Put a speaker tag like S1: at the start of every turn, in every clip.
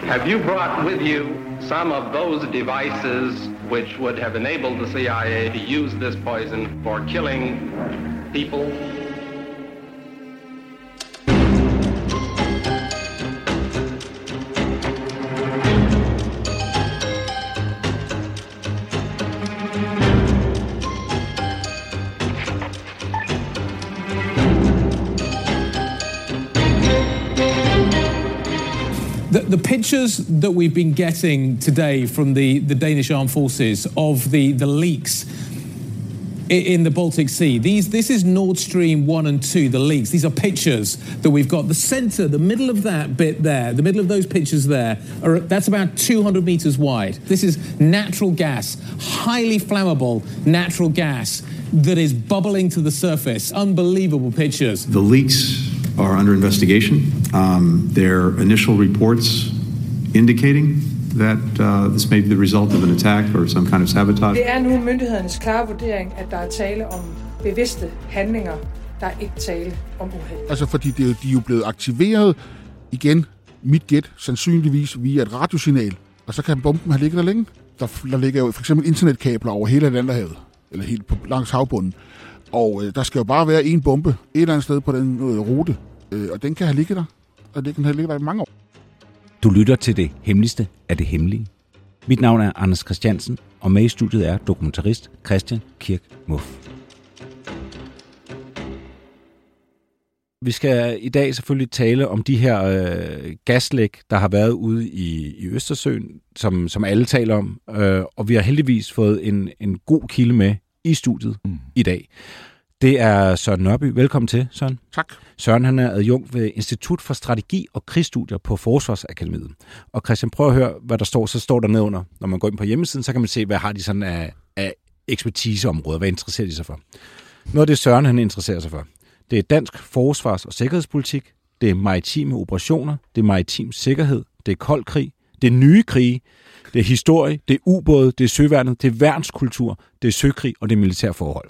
S1: Have you brought with you some of those devices which would have enabled the CIA to use this poison for killing people?
S2: The pictures that we've been getting today from the Danish armed forces of the leaks in the Baltic Sea, this is Nord Stream 1 and 2, the leaks. These are pictures that we've got. The center, the middle of that bit there, the middle of those pictures there, that's about 200 meters wide. This is natural gas, highly flammable natural gas that is bubbling to the surface. Unbelievable pictures.
S3: The leaks are under investigation. Their initial reports indicating that this may be the result of an attack or some kind of sabotage.
S4: Det er nu myndighedernes klare vurdering, at der er tale om bevidste handlinger. Der er ikke tale om uheld.
S5: Altså fordi de er jo blevet aktiveret igen, mit gæt, sandsynligvis via et radiosignal. Og så kan bomben have ligget der længe. Der ligger jo for eksempel internetkabler over hele Atlanterhavet, eller helt på langs havbunden. Og der skal jo bare være en bombe et eller andet sted på den rute, og den kan have ligget der. Og den kan have ligget der i mange år.
S6: Du lytter til det hemmeligste af det hemmelige. Mit navn er Anders Christiansen, og med i studiet er dokumentarist Christian Kirk Muff. Vi skal i dag selvfølgelig tale om de her gaslæk, der har været ude i Østersøen, som alle taler om. Og vi har heldigvis fået en god kilde med i studiet i dag. Det er Søren Nørby. Velkommen til, Søren.
S5: Tak.
S6: Søren han er adjunkt ved Institut for Strategi og Krigsstudier på Forsvarsakademiet. Og Christian, prøv at høre, hvad der står. Så står der nedenunder, når man går ind på hjemmesiden, så kan man se, hvad har de sådan af ekspertiseområder, hvad interesserer de sig for. Noget af det, Søren han interesserer sig for, det er dansk forsvars- og sikkerhedspolitik, det er maritime operationer, det er maritim sikkerhed, det er kold krig, det er nye krige, det er historie, det er ubåde, det er søværnet, det er værnskultur, det er søkrig og det er militære forhold.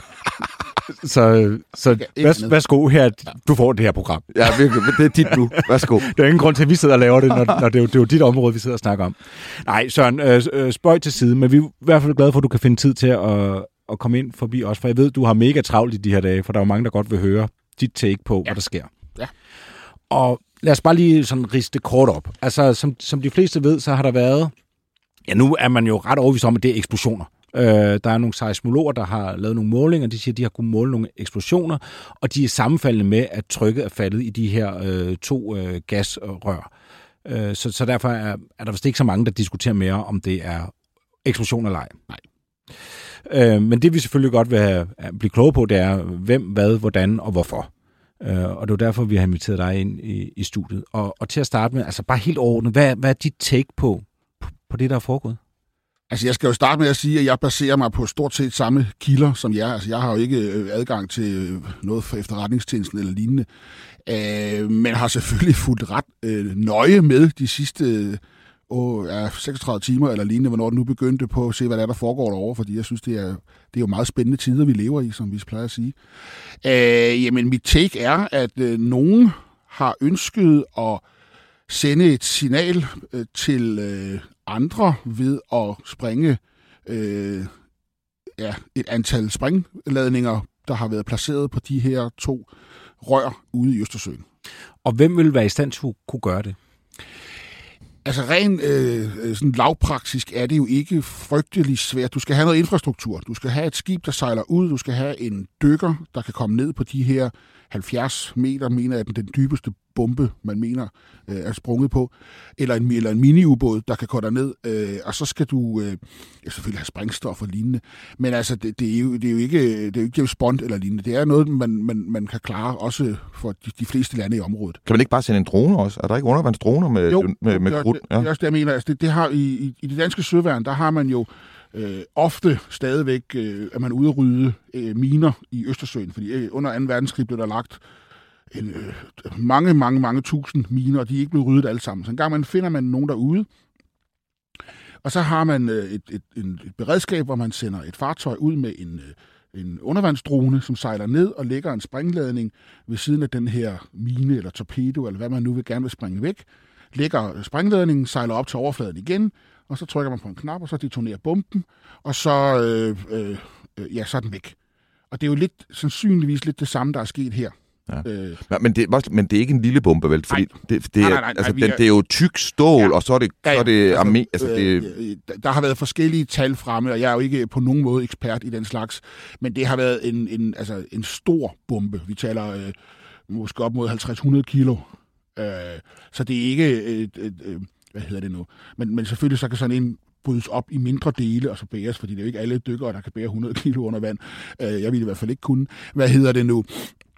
S6: Så værsgo her, du får det her program.
S7: Ja, virkelig, det er dit nu. Værsgo.
S6: Der er ingen grund til, at vi sidder og laver det, når det er jo dit område, vi sidder og snakker om. Nej, Søren, spøj til side, men vi er i hvert fald glade for, at du kan finde tid til at komme ind forbi os, for jeg ved, du har mega travlt i de her dage, for der er jo mange, der godt vil høre dit take på, hvad der sker. Ja. Og lad os bare lige sådan riste det kort op. Altså, som de fleste ved, så har der været... Ja, nu er man jo ret overbevist om, at det er eksplosioner. Der er nogle seismologer, der har lavet nogle målinger. De siger, at de har kunnet måle nogle eksplosioner, og de er sammenfaldende med, at trykket er faldet i de her to gasrør. Så derfor er der vist ikke så mange, der diskuterer mere, om det er eksplosion eller ej. Nej. Men det vi selvfølgelig godt vil blive kloge på, det er, hvem, hvad, hvordan og hvorfor. Og det er derfor, vi har inviteret dig ind i studiet. Og til at starte med, altså bare helt overordnet, hvad er dit take på det, der er foregået?
S5: Altså, jeg skal jo starte med at sige, at jeg baserer mig på stort set samme kilder som jer. Altså, jeg har jo ikke adgang til noget fra efterretningstjenesten eller lignende, men har selvfølgelig fulgt ret nøje med de sidste 36 timer eller lignende, hvornår den nu begyndte på at se, hvad der foregår derovre, fordi jeg synes, det er jo meget spændende tider, vi lever i, som vi plejer at sige. Jamen, mit take er, at nogen har ønsket at sende et signal til andre ved at springe et antal sprængladninger, der har været placeret på de her to rør ude i Østersøen.
S6: Og hvem vil være i stand til at kunne gøre det?
S5: Altså rent sådan lavpraktisk er det jo ikke frygtelig svært. Du skal have noget infrastruktur. Du skal have et skib, der sejler ud. Du skal have en dykker, der kan komme ned på de her 70 meter, mener jeg, den dybeste bombe, man mener er sprunget på. Eller en mini-ubåd, der kan gå derned. Og så skal du selvfølgelig have sprængstof og lignende. Men altså, det er jo ikke James Bond eller lignende. Det er noget, man kan klare også for de fleste lande i området.
S7: Kan man ikke bare sende en drone også? Er der ikke undervandsdroner med krudt?
S5: Jo, det er også det, jeg mener. Altså, det har i det danske søværn, der har man jo ofte stadigvæk, at man ude at rydde miner i Østersøen, fordi under 2. verdenskrig blev der lagt mange tusind miner, og de er ikke blevet ryddet alle sammen. Så en gang finder man nogen derude, og så har man et beredskab, hvor man sender et fartøj ud med en undervandsdrone, som sejler ned og lægger en sprængladning ved siden af den her mine eller torpedo, eller hvad man nu gerne vil springe væk. lægger sprængladningen, sejler op til overfladen igen, og så trykker man på en knap, og så detonerer bomben, og så, så er den væk. Og det er jo sandsynligvis lidt det samme, der er sket her.
S7: Ja. Men det er ikke en lille bombe, vel? Fordi
S5: nej,
S7: det er jo tyk stål, og så er det...
S5: Der har været forskellige tal fremme, og jeg er jo ikke på nogen måde ekspert i den slags, men det har været en stor bombe. Vi taler måske op mod 50-100 kilo. Så det er ikke... hvad hedder det nu? Men selvfølgelig så kan sådan en brydes op i mindre dele og så bæres, fordi det er jo ikke alle dykkere, der kan bære 100 kilo under vand. Jeg ville i hvert fald ikke kunne. Hvad hedder det nu?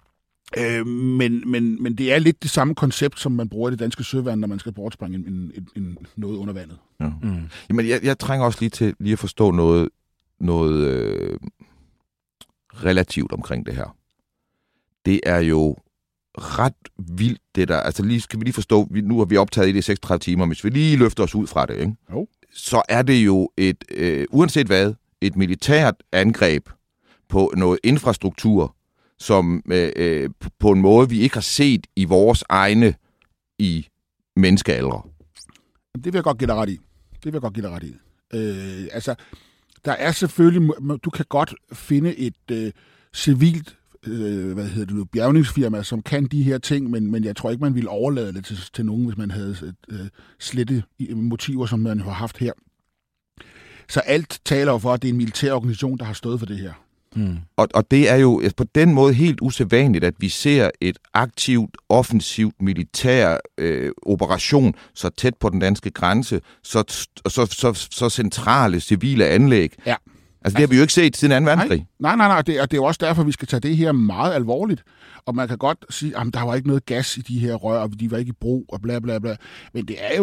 S5: Men det er lidt det samme koncept, som man bruger i det danske søvand, når man skal bortspringe noget under vandet.
S7: Ja. Jamen, jeg trænger også lige til at forstå noget relativt omkring det her. Det er jo ret vildt, det der. Altså, skal vi lige forstå, nu har vi optaget i det 36 timer, hvis vi lige løfter os ud fra det, ikke?
S5: Jo.
S7: Så er det jo uanset hvad, et militært angreb på noget infrastruktur, som på en måde, vi ikke har set i vores egne i menneskealdre.
S5: Det vil jeg godt give dig ret i. Der er selvfølgelig, du kan godt finde et civilt bjergningsfirma, som kan de her ting, men jeg tror ikke, man ville overlade det til nogen, hvis man havde slette motiver, som man har haft her. Så alt taler jo for, at det er en militær organisation, der har stået for det her.
S7: Og det er jo på den måde helt usædvanligt, at vi ser et aktivt, offensivt militær operation så tæt på den danske grænse, så centrale civile anlæg.
S5: Ja.
S7: Altså det har vi jo ikke set siden 2. verdenskrig.
S5: Nej, det er jo også derfor, vi skal tage det her meget alvorligt. Og man kan godt sige, at der var ikke noget gas i de her rør, og de var ikke i brug, og bla bla bla. Men det er jo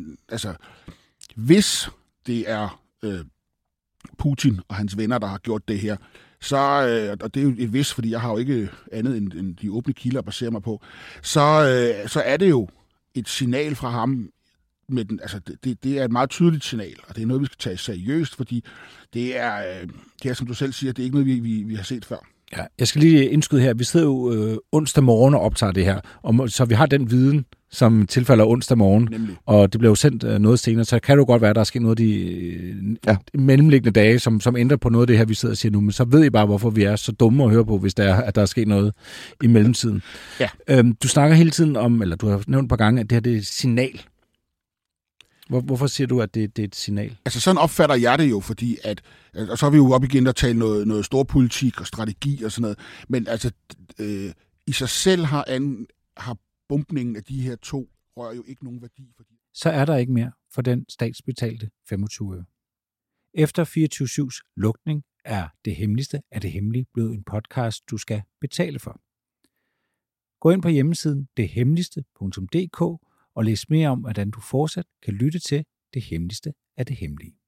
S5: hvis det er Putin og hans venner, der har gjort det her, så, og det er jo et vis, fordi jeg har jo ikke andet end de åbne kilder at basere mig på, så er det jo et signal fra ham. Det er et meget tydeligt signal, og det er noget, vi skal tage seriøst, fordi det er som du selv siger, det er ikke noget, vi har set før.
S6: Ja, jeg skal lige indskyde her. Vi sidder jo onsdag morgen og optager det her, så vi har den viden, som tilfælder onsdag morgen,
S5: nemlig.
S6: Og det bliver jo sendt noget senere, så kan det jo godt være, at der er sket noget de mellemliggende dage, som ændrer på noget af det her, vi sidder og siger nu, men så ved I bare, hvorfor vi er så dumme at høre på, hvis at der er sket noget i mellemtiden.
S5: Ja.
S6: Du snakker hele tiden om, eller du har nævnt et par gange, at det her det er et signal. Hvorfor siger du, at det er et signal?
S5: Altså sådan opfatter jeg det jo, fordi og så er vi jo op igen og tale noget storpolitik og strategi og sådan noget, men i sig selv har bumpningen af de her 2 rør jo ikke nogen værdi.
S6: Så er der ikke mere for den statsbetalte 25 øre. Efter 24/7's lukning er Det Hemmeligste af det Hemmelige blevet en podcast, du skal betale for. Gå ind på hjemmesiden dethemmeligste.dk og læs mere om, hvordan du fortsat kan lytte til Det Hemmeligste af det Hemmelige.